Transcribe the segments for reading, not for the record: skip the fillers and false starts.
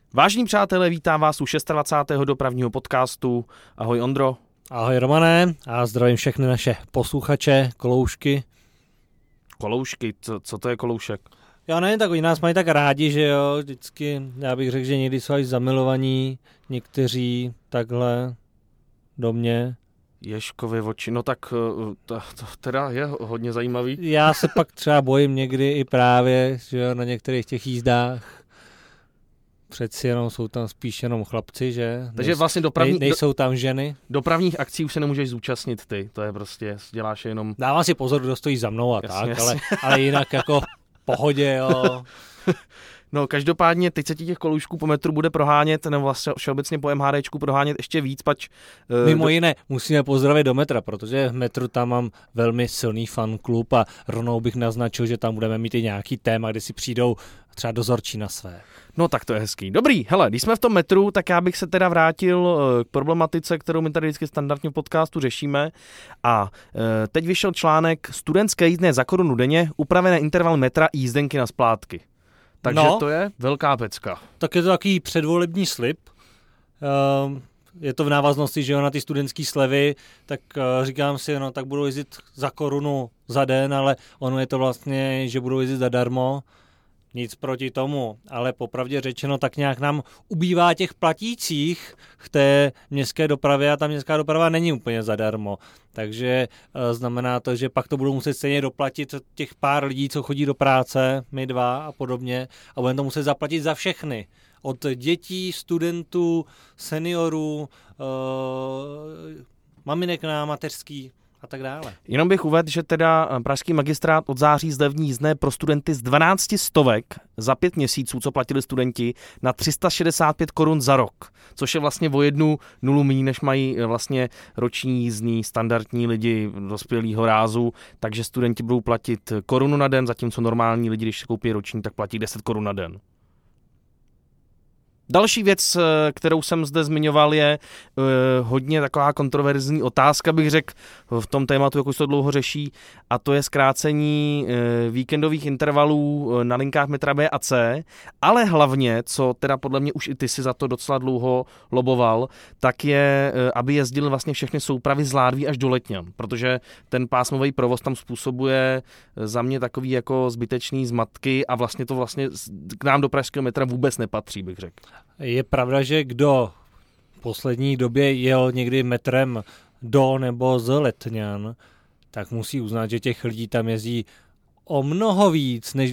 Vážení přátelé, vítám vás u 26. dopravního podcastu. Ahoj Ondro. Ahoj Romane a zdravím všechny naše posluchače, koloušky. Koloušky, co to je koloušek? Já nevím, tak oni nás mají tak rádi, že jo, vždycky, já bych řekl, že někdy jsou až zamilovaní, někteří takhle do mě. Ježkovi oči, no tak to teda je hodně zajímavý. Já se pak třeba bojím někdy i právě, že jo, na některých těch jízdách. Přeci jenom jsou tam spíš jenom chlapci, že? Takže vlastně nejsou tam ženy. Dopravních akcí už se nemůžeš zúčastnit ty, to je prostě, děláš jenom... Dávám si pozor, kdo stojí za mnou a jasně, tak, jasně. Ale jinak jako v pohodě, jo. No každopádně teď se těch koloušků po metru bude prohánět, nebo vlastně všeobecně po MHDčku prohánět ještě víc, pač... Mimo jiné musíme pozdravit do metra, protože v metru tam mám velmi silný fanklub a rovnou bych naznačil, že tam budeme mít i nějaký téma, kde si přijdou třeba dozorčí na své. No tak to je hezký. Dobrý, hele, když jsme v tom metru, tak já bych se teda vrátil k problematice, kterou my tady vždycky standardně v podcastu řešíme. A teď vyšel článek Studentské jízdné za korunu denně, upravené interval metra i jízdenky na splátky. Takže to je velká pecka. Tak je to takový předvolební slib. Je to v návaznosti, že jo, na ty studentský slevy, tak říkám si, no tak budou jezdit za korunu za den, ale ono je to vlastně, že budou jezdit zadarmo. Nic proti tomu, ale popravdě řečeno tak nějak nám ubývá těch platících v té městské dopravě a ta městská doprava není úplně zadarmo. Takže znamená to, že pak to budou muset stejně doplatit těch pár lidí, co chodí do práce, my dva a podobně, a budeme to muset zaplatit za všechny. Od dětí, studentů, seniorů, maminek na mateřský a tak dále. Jenom bych uvedl, že teda pražský magistrát od září zlevní jízdné pro studenty z 12 stovek za 5 měsíců, co platili studenti, na 365 korun za rok, což je vlastně o 1 nulu méně, než mají vlastně roční jízdný standardní lidi dospělého rázu, takže studenti budou platit korunu na den, zatímco normální lidi, když koupí roční, tak platí 10 korun na den. Další věc, kterou jsem zde zmiňoval, je hodně taková kontroverzní otázka, bych řekl, v tom tématu, jak už to dlouho řeší, a to je zkrácení víkendových intervalů na linkách metra B a C, ale hlavně, co teda podle mě už i ty si za to docela dlouho loboval, tak je, aby jezdili vlastně všechny soupravy z Ládví až do Letňan, protože ten pásmový provoz tam způsobuje za mě takový jako zbytečný zmatky a vlastně to vlastně k nám do pražského metra vůbec nepatří, bych řekl. Je pravda, že kdo v poslední době jel někdy metrem do nebo z Letňan, tak musí uznat, že těch lidí tam jezdí o mnoho víc, než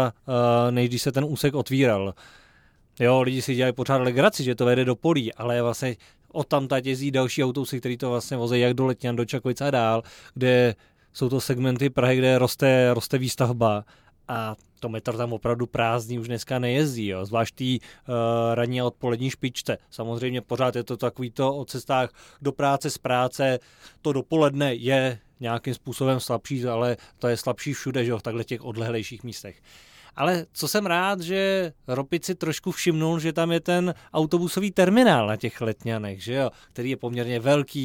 když se ten úsek otvíral. Jo, lidi si dělají pořád legraci, že to vede do polí, ale vlastně odtamtud jezdí další autobusy, který to vlastně vozí jak do Letňan, do Čakovic a dál, kde jsou to segmenty Prahy, kde roste výstavba. A to metro tam opravdu prázdný už dneska nejezdí, jo. Zvlášť tý ranní a odpolední špičce. Samozřejmě pořád je to takovýto o cestách do práce, z práce. To dopoledne je nějakým způsobem slabší, ale to je slabší všude, že jo, v takhle těch odlehlejších místech. Ale co jsem rád, že Ropit si trošku všimnul, že tam je ten autobusový terminál na těch Letňanech, že jo, který je poměrně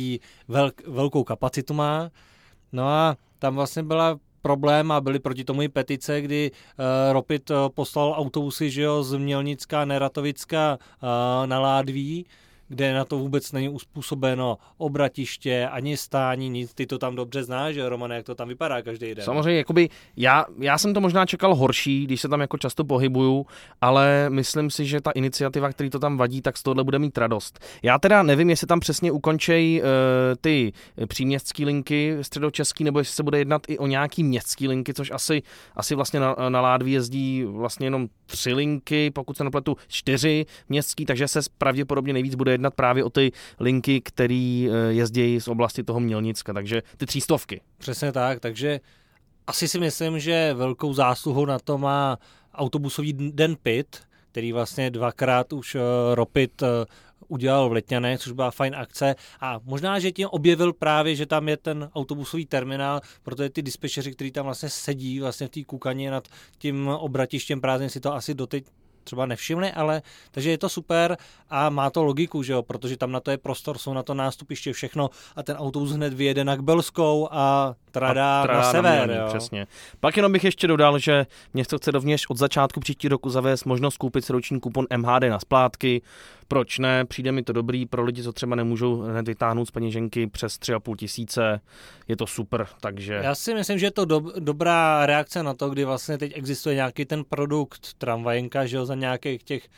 velkou kapacitu má. No a tam vlastně byla problém a byly proti tomu i petice, kdy Ropit poslal autobusy, že jo, z Mělnicka, Neratovicka na Ládví, kde na to vůbec není uspůsobeno obratiště, ani stání, nic. Ty to tam dobře znáš, že Romane, jak to tam vypadá každý den. Samozřejmě, jakoby já jsem to možná čekal horší, když se tam jako často pohybuju, ale myslím si, že ta iniciativa, který to tam vadí, tak z tohohle bude mít radost. Já teda nevím, jestli tam přesně ukončejí ty příměstský linky středočeský, nebo jestli se bude jednat i o nějaký městský linky, což asi vlastně na Ládví jezdí vlastně jenom 3 linky, pokud se nepletu 4 městský, takže se pravděpodobně nejvíc bude jednat právě o ty linky, které jezdí z oblasti toho Mělnicka, takže ty 300. Přesně tak, takže asi si myslím, že velkou zásluhu na to má autobusový den PIT, který vlastně 2krát už Ropit udělal v Letňanech, což byla fajn akce, a možná, že tím objevil právě, že tam je ten autobusový terminál, protože ty dispečeři, kteří tam vlastně sedí vlastně v té kukaně nad tím obratištěm prázdným, si to asi doteď třeba nevšimli, ale takže je to super a má to logiku, že jo, protože tam na to je prostor, jsou na to nástupiště, všechno, a ten autobus hned vyjede na Kbelskou a trádá na sever. Jo. Přesně. Pak jenom bych ještě dodal, že město chce rovněž od začátku příští roku zavést možnost koupit si roční kupon MHD na splátky. Proč ne? Přijde mi to dobrý pro lidi, co třeba nemůžou hned vytáhnout z peněženky přes 3,5 tisíce. Je to super, takže... Já si myslím, že je to dobrá reakce na to, kdy vlastně teď existuje nějaký ten produkt tramvajenka, že jo, za nějakých těch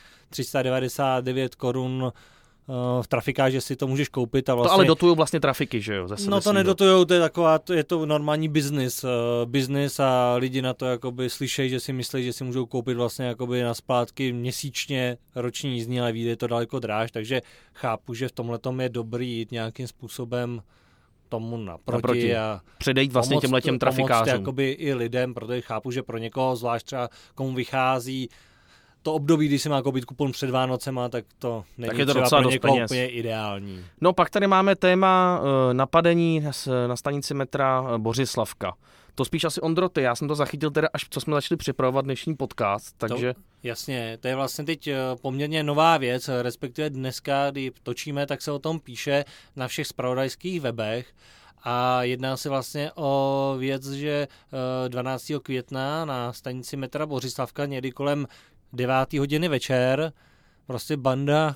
399 korun v trafikáži si to můžeš koupit a vlastně... To ale dotujou vlastně trafiky, že jo? No to nedotujou, to je taková, je to normální business a lidi na to jakoby slyšejí, že si myslí, že si můžou koupit vlastně jakoby na splátky měsíčně roční jízdní, ale vyjde to daleko dráž, takže chápu, že v tomhletom je dobrý jít nějakým způsobem tomu naproti a předejít vlastně těmhletěm trafikářům. Pomoct jakoby i lidem, protože chápu, že pro někoho, zvlášť třeba komu vychází to období, když si má koupit kupon před Vánocema, tak to není tak třeba pro někoho úplně ideální. No pak tady máme téma napadení na stanici metra Bořislavka. To spíš asi Ondroty, já jsem to zachytil teda až co jsme začali připravovat dnešní podcast, takže... Jasně, to je vlastně teď poměrně nová věc, respektive dneska, kdy točíme, tak se o tom píše na všech zpravodajských webech. A jedná se vlastně o věc, že 12. května na stanici metra Bořislavka někdy kolem 9. hodiny večer prostě banda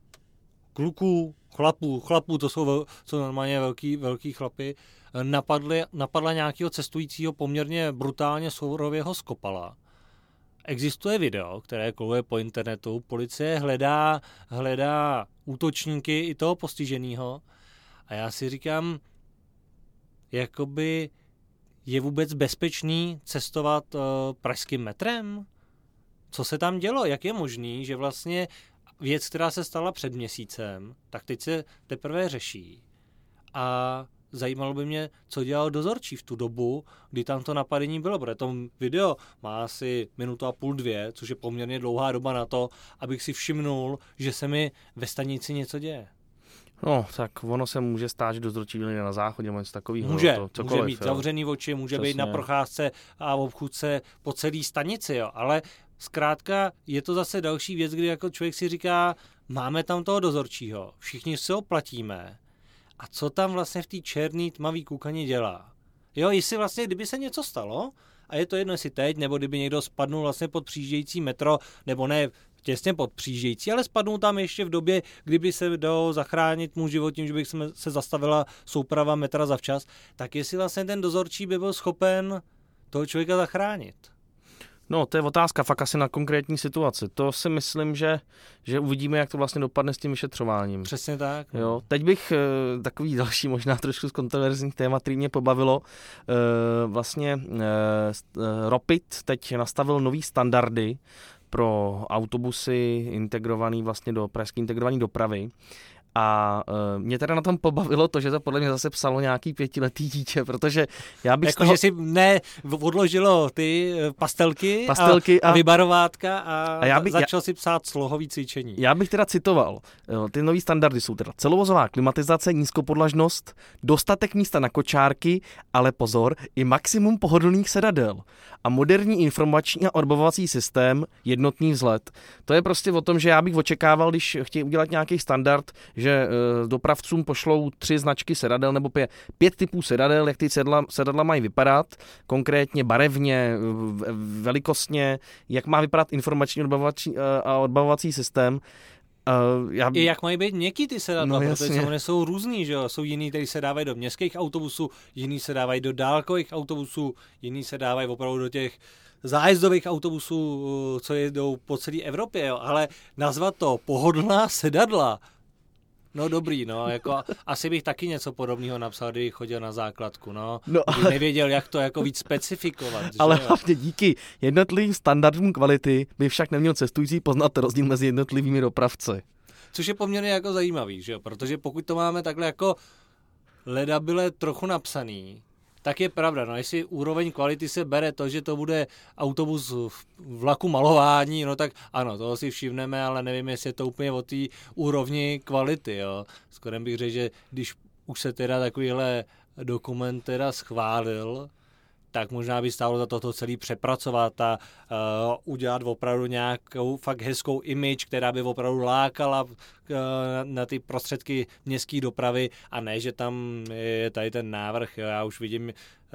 kluků, chlapů, to jsou normálně velký chlapy, napadla nějakého cestujícího poměrně brutálně sourově ho skopala. Existuje video, které koluje po internetu, policie hledá útočníky i toho postiženého a já si říkám, jakoby je vůbec bezpečný cestovat pražským metrem? Co se tam dělo? Jak je možný, že vlastně věc, která se stala před měsícem, tak teď se teprve řeší. A zajímalo by mě, co dělal dozorčí v tu dobu, kdy tam to napadení bylo, protože to video má asi 1,5 minuty, 2, což je poměrně dlouhá doba na to, abych si všimnul, že se mi ve stanici něco děje. No, tak ono se může stát, že dozorčí byli na záchodě, něco takového. Může mít zavřený oči, může Přesně. být na procházce a v obchůdce po celé stanici, jo, ale zkrátka je to zase další věc, kdy jako člověk si říká, máme tam toho dozorčího, všichni si ho platíme a co tam vlastně v té černý tmavý kůkani dělá. Jo, jestli vlastně, kdyby se něco stalo, a je to jedno, jestli teď, nebo kdyby někdo spadnul vlastně pod přijíždějící metro, nebo ne těsně pod přijíždějící, ale spadnul tam ještě v době, kdyby se dalo zachránit mu život tím, že by se zastavila souprava metra zavčas, tak jestli vlastně ten dozorčí by byl schopen toho člověka zachránit. No, to je otázka fakt asi na konkrétní situaci. To si myslím, že uvidíme, jak to vlastně dopadne s tím vyšetřováním. Přesně tak. Jo, teď bych takový další možná trošku z kontroverzních témat, který mě pobavilo. Vlastně Ropit teď nastavil nový standardy pro autobusy integrovaný vlastně do pražské integrované dopravy. A mě teda na tom pobavilo to, že to podle mě zase psalo nějaký 5letý dítě, protože já bych jako, že si odložilo ty pastelky a vybarovátka a začal si psát slohový cvičení. Já bych teda citoval. Ty nový standardy jsou teda celovozová klimatizace, nízkopodlažnost, dostatek místa na kočárky, ale pozor, i maximum pohodlných sedadel a moderní informační a odbavovací systém, jednotný vzhled. To je prostě o tom, že já bych očekával, když chtějí udělat nějaký standard, že dopravcům pošlou 3 značky sedadel nebo 5 typů sedadel, jak ty sedadla mají vypadat, konkrétně barevně, velikostně, jak má vypadat informační a odbavovací systém. I jak mají být měkký ty sedadla, protože samozřejmě jsou různý, že jo? Jsou jiný, který se dávají do městských autobusů, jiný se dávají do dálkových autobusů, jiný se dávají opravdu do těch zájezdových autobusů, co jedou po celé Evropě, jo? Ale nazvat to pohodlná sedadla, no dobrý, no, jako asi bych taky něco podobného napsal, kdybych chodil na základku, no. Kdybych nevěděl, jak to jako víc specifikovat. Ale hlavně díky jednotlivým standardům kvality by však neměl cestující poznat rozdíl mezi jednotlivými dopravci. Což je poměrně jako zajímavý, že jo, protože pokud to máme takhle jako ledabyle trochu napsaný, tak je pravda, no, jestli úroveň kvality se bere to, že to bude autobus vlaku malování, no tak ano, toho si všimneme, ale nevím, jestli je to úplně o té úrovni kvality, jo. Skoro bych řekl, že když už se teda takovýhle dokument teda schválil, tak možná by stálo za to celý přepracovat a udělat opravdu nějakou fakt hezkou image, která by opravdu lákala na ty prostředky městské dopravy a ne, že tam je tady ten návrh. Já už vidím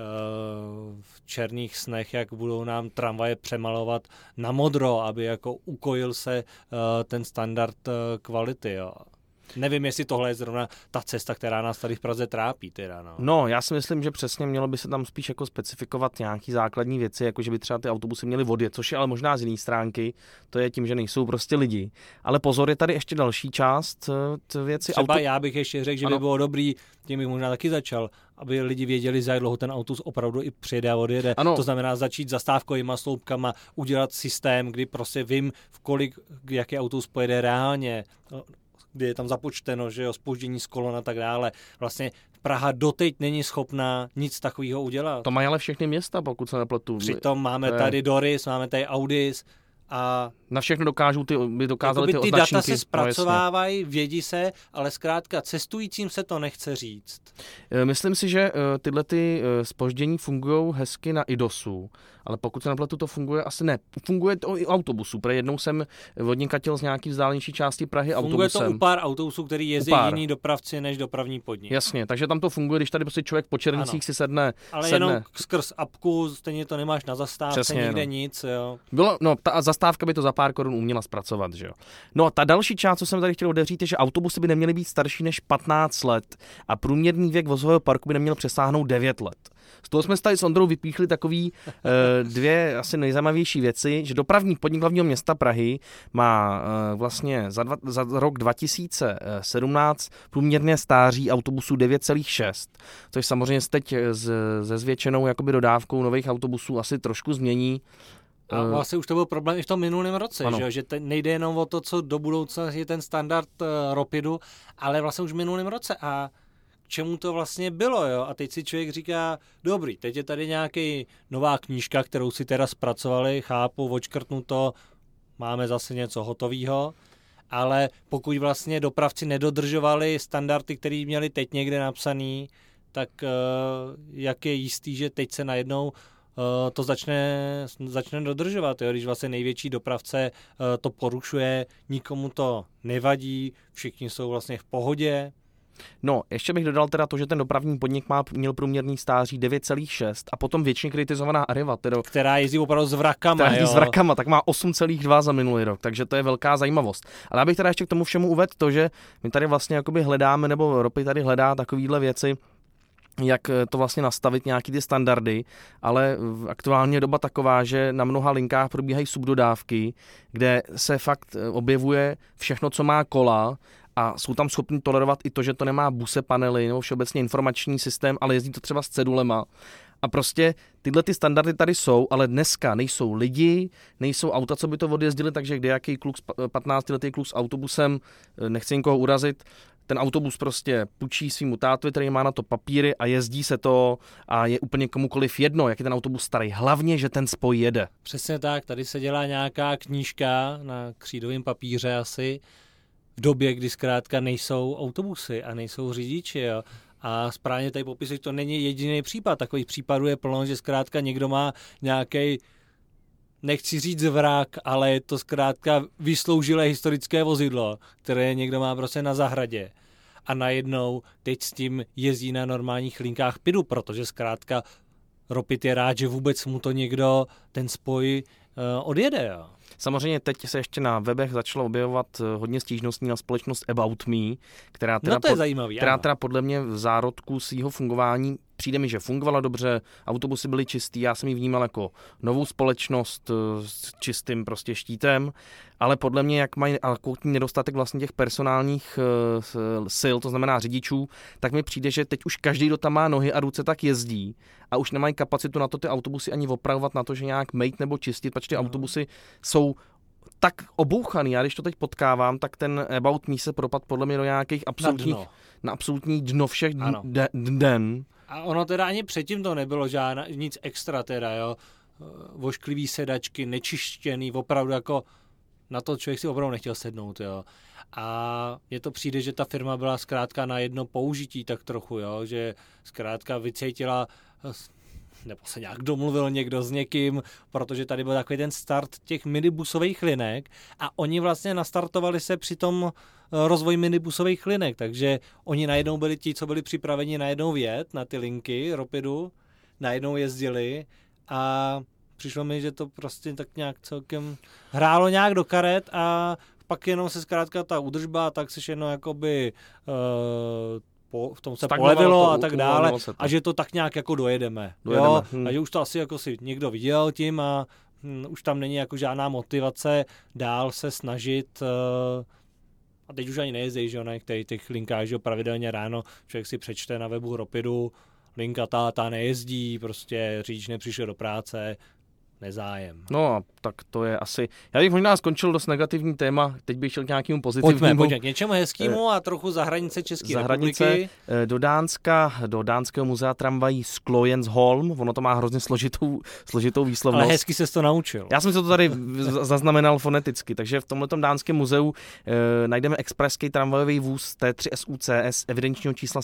v černých snech, jak budou nám tramvaje přemalovat na modro, aby jako ukojil se ten standard kvality. Jo. Nevím, jestli tohle je zrovna ta cesta, která nás tady v Praze trápí. Teda, no. No, já si myslím, že přesně mělo by se tam spíš jako specifikovat nějaký základní věci, jako že by třeba ty autobusy měly vody, což je ale možná z jiné stránky, to je tím, že nejsou prostě lidi. Ale pozor, je tady ještě další část věci. Třeba já bych ještě řekl, že by bylo dobrý, tím bych možná taky začal, aby lidi věděli, za jak dlouho ten autobus opravdu i přijede a odjede. Ano. To znamená začít zastávkovýma sloupkama, udělat systém, kdy prostě vím, jaký autobus pojede reálně, kdy je tam započteno, že jo, zpoždění z kolon a tak dále. Vlastně Praha doteď není schopná nic takového udělat. To mají ale všechny města, pokud se nepletu. Přitom máme tady Doris, máme tady Audis a na všechno by dokázali ty označníky. Ty data se zpracovávají, vědí se, ale zkrátka cestujícím se to nechce říct. Myslím si, že tyhle zpoždění fungují hezky na IDOSu, ale pokud se nepletu, to funguje asi ne. Funguje to i autobusu, protože jednou jsem odněkatil z nějaký vzdálenější části Prahy autobusem. Funguje to u pár autobusů, který jezdí jiný dopravci než dopravní podnik. Jasně, takže tam to funguje, když tady prostě člověk po Černicích si sedne. Ale jenom skrz apku, stejně to nemáš na zastávce, přesně, nikde nic. Jo. Ta zastávka by to za pár korun uměla zpracovat, že jo. No a ta další část, co jsem tady chtěl odevřít, je, že autobusy by neměly být starší než 15 let a průměrný věk vozového parku by neměl přesáhnout 9 let. Z toho jsme tady s Ondrou vypíchli takový dvě asi nejzajímavější věci, že dopravní podnik hlavního města Prahy má vlastně za rok 2017 průměrné stáří autobusů 9,6, což samozřejmě teď se zvětšenou jakoby dodávkou nových autobusů asi trošku změní. A vlastně už to byl problém i v tom minulém roce, že nejde jenom o to, co do budoucna je ten standard Ropidu, ale vlastně už v minulém roce a k čemu to vlastně bylo, jo? A teď si člověk říká, dobrý, teď je tady nějaký nová knížka, kterou si teda zpracovali, chápu, odškrtnu to, máme zase něco hotového, ale pokud vlastně dopravci nedodržovali standardy, které měli teď někde napsaný, tak jak je jistý, že teď se najednou to začne dodržovat, jo? Když vlastně největší dopravce to porušuje, nikomu to nevadí, všichni jsou vlastně v pohodě. No, ještě bych dodal teda to, že ten dopravní podnik měl průměrný stáří 9,6 a potom většině kritizovaná Arriva, která jezdí opravdu s vrakama, s vrakama, tak má 8,2 za minulý rok, takže to je velká zajímavost. Ale já bych teda ještě k tomu všemu uvedl to, že my tady vlastně jakoby hledáme, nebo Ropy tady hledá takovýhle věci, jak to vlastně nastavit, nějaký ty standardy, ale aktuálně je doba taková, že na mnoha linkách probíhají subdodávky, kde se fakt objevuje všechno, co má kola a jsou tam schopni tolerovat i to, že to nemá buse panely nebo všeobecně informační systém, ale jezdí to třeba s cedulema. A prostě tyhle ty standardy tady jsou, ale dneska nejsou lidi, nejsou auta, co by to odjezdili, takže kdejaký kluk, 15letý kluk s autobusem, nechci nikoho urazit, ten autobus prostě půjčí svýmu tátovi, který má na to papíry a jezdí se to a je úplně komukoliv jedno, jak je ten autobus starý. Hlavně, že ten spoj jede. Přesně tak, tady se dělá nějaká knížka na křídovém papíře asi v době, kdy zkrátka nejsou autobusy a nejsou řidiči, jo. A správně tady popisují, to není jediný případ. Takových případů je plno, že zkrátka někdo má nějaký, nechci říct vrak, ale je to zkrátka vysloužilé historické vozidlo, které někdo má prostě na zahradě. A najednou teď s tím jezdí na normálních linkách PIDu, protože zkrátka Ropid je rád, že vůbec mu to někdo ten spoj odjede. Jo. Samozřejmě teď se ještě na webech začalo objevovat hodně stížností na společnost About Me, která teda podle mě v zárodku svého fungování přijde mi, že fungovala dobře, autobusy byly čistý, já jsem ji vnímal jako novou společnost s čistým prostě štítem, ale podle mě, jak mají akutní nedostatek vlastně těch personálních sil, to znamená řidičů, tak mi přijde, že teď už každý, kdo tam má nohy a ruce, tak jezdí a už nemají kapacitu na to ty autobusy ani opravovat na to, že nějak mejt nebo čistit, protože ty autobusy jsou tak obouchaný. Já když to teď potkávám, tak ten About Me se propad podle mě do nějakých na absolutní dno všech den. A ono teda ani předtím to nebylo nic extra teda, jo. Vošklivý sedačky, nečištěný, opravdu jako na to člověk si opravdu nechtěl sednout, jo. A mně to přijde, že ta firma byla zkrátka na jedno použití tak trochu, jo, že zkrátka vycítila nebo se nějak domluvil někdo s někým, protože tady byl takový ten start těch minibusových linek a oni vlastně nastartovali se při tom rozvoj minibusových linek, takže oni najednou byli ti, co byli připraveni najednou vjet na ty linky Ropidu, najednou jezdili a přišlo mi, že to prostě tak nějak celkem hrálo nějak do karet a pak jenom se zkrátka ta údržba, tak se jenom jakoby v tom se polevilo a tak dále a že to tak nějak jako dojedeme. Jo? A že už to asi jako si někdo viděl tím a už tam není jako žádná motivace dál se snažit a teď už ani nejezdí, že jo, na těch linkách, že jo, pravidelně ráno člověk si přečte na webu Ropidu, linka ta nejezdí, prostě řidič nepřišel do práce, nezájem. No, tak to je asi... Já bych možná skončil dost negativní téma, teď bych šel k nějakému pozitivnímu. Pojďme k něčemu hezkému a trochu za hranice České republiky. Do Dánska, do dánského muzea tramvají Skloensholm, ono to má hrozně složitou výslovnost. Ale hezky ses to naučil. Já jsem se to tady zaznamenal foneticky, takže v tomhletom dánském muzeu najdeme expresský tramvajový vůz T3 SUCS evidenčního čísla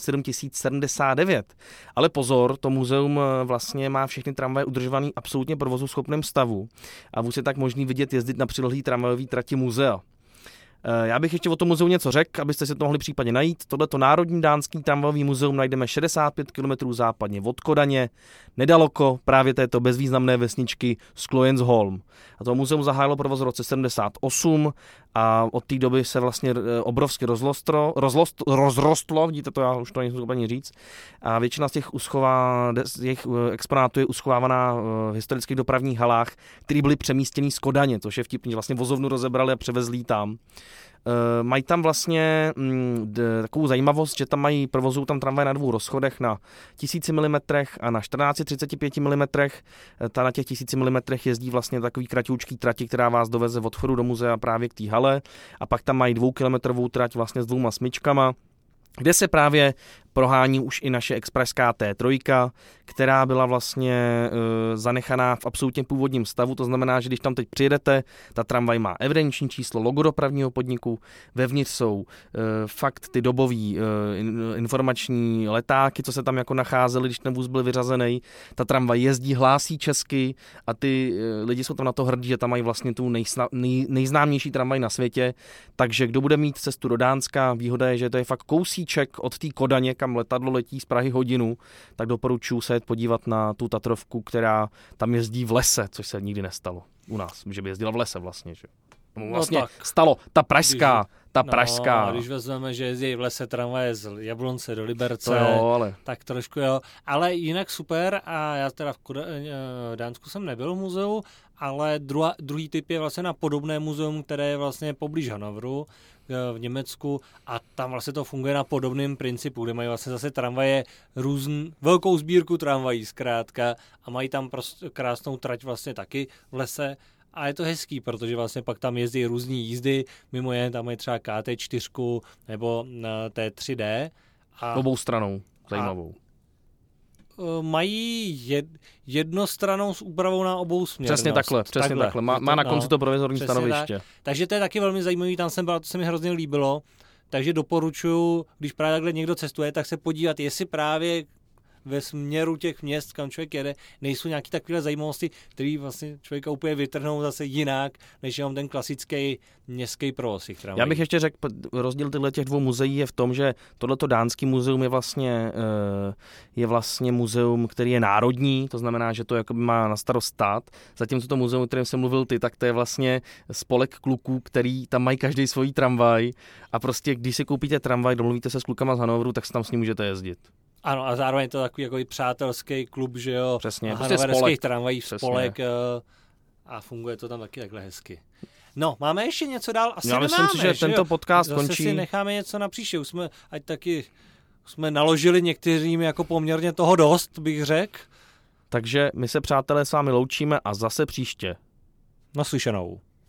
7079. Ale pozor, to muzeum vlastně má všechny tramvaje udržovaný absolutně provozuschopným stavu a vůz je tak možný vidět jezdit na přilehlý tramvajový trati muzea. Já bych ještě o tom muzeu něco řekl, abyste si to mohli případně najít. Tohleto Národní dánský tramvajový muzeum najdeme 65 km západně od Kodaně, nedaleko právě této bezvýznamné vesničky Skloensholm. A to muzeum zahájilo provoz v roce 78 a od té doby se vlastně obrovsky rozrostlo, vidíte to, já už to nejsem schopný říct, a většina z těch exponátů je uschovávaná v historických dopravních halách, které byly přemístěny z Kodaně, což je vtipný, vlastně vozovnu rozebrali a převezli tam. Mají tam vlastně takovou zajímavost, že tam mají provozují tam tramvaj na 2 rozchodech na 1000 mm a na 1435 mm. Ta na těch 1000 mm jezdí vlastně takový kratoučký trati, která vás doveze od vchodu do muzea právě k té hale a pak tam mají 2kilometrovou trať vlastně s 2 smyčkama, kde se právě prohání už i naše expreská T3, která byla vlastně zanechaná v absolutně původním stavu, to znamená, že když tam teď přijedete, ta tramvaj má evidenční číslo, logo dopravního podniku, vevnitř jsou fakt ty dobový informační letáky, co se tam jako nacházely, když ten vůz byl vyřazený, ta tramvaj jezdí, hlásí česky a ty lidi jsou tam na to hrdí, že tam mají vlastně tu nejznámější tramvaj na světě, takže kdo bude mít cestu do Dánska, výhoda je, že to je fakt kousíček od té Kodaně, kam letadlo letí z Prahy hodinu, tak doporučuji se podívat na tu Tatrovku, která tam jezdí v lese, což se nikdy nestalo u nás, že by jezdila v lese vlastně, že? Vlastně stalo, ta pražská. A když vezmeme, že jezdí v lese tramvaje z Jablonce do Liberce, tak trošku jo. Ale jinak super a já teda v Dánsku jsem nebyl v muzeu, ale druhý typ je vlastně na podobné muzeum, které je vlastně poblíž Hannoveru v Německu a tam vlastně to funguje na podobném principu, kde mají vlastně zase tramvaje velkou sbírku tramvají zkrátka a mají tam prostě krásnou trať vlastně taky v lese. A je to hezký, protože vlastně pak tam jezdí různý jízdy, mimo jiné tam je třeba KT4 nebo T3D. Obou stranou, zajímavou. Mají jednostranou s úpravou na obou směrnost. Přesně takhle. Má na konci to provizorní stanoviště. Tak. Takže to je taky velmi zajímavý, tam jsem byl, to se mi hrozně líbilo. Takže doporučuji, když právě takhle někdo cestuje, tak se podívat, jestli právě ve směru těch měst, kam člověk jede, nejsou nějaké takové zajímavosti, které vlastně člověka úplně vytrhnou zase jinak, než jenom ten klasický městský provoz. Já bych ještě řekl, rozdíl těch 2 muzeí je v tom, že tohleto dánský muzeum je vlastně muzeum, který je národní, to znamená, že to jakoby má na starost stát, zatímco to muzeum, o kterém jsem mluvil ty, tak to je vlastně spolek kluků, který tam mají každý svůj tramvaj a prostě když si koupíte tramvaj, domluvíte se s klukama z Hannoveru, tak tam s ním můžete jezdit. Ano, a zároveň je to takový jako přátelský klub, že jo, přesně, hannoverských tramvají spolek a funguje to tam taky takhle hezky. No, máme ještě něco dál? Asi nemáme, myslím si, že tento podcast zase končí. Si necháme něco na příště, jsme naložili některým jako poměrně toho dost, bych řekl. Takže my se, přátelé, s vámi loučíme a zase příště. Naslyšenou.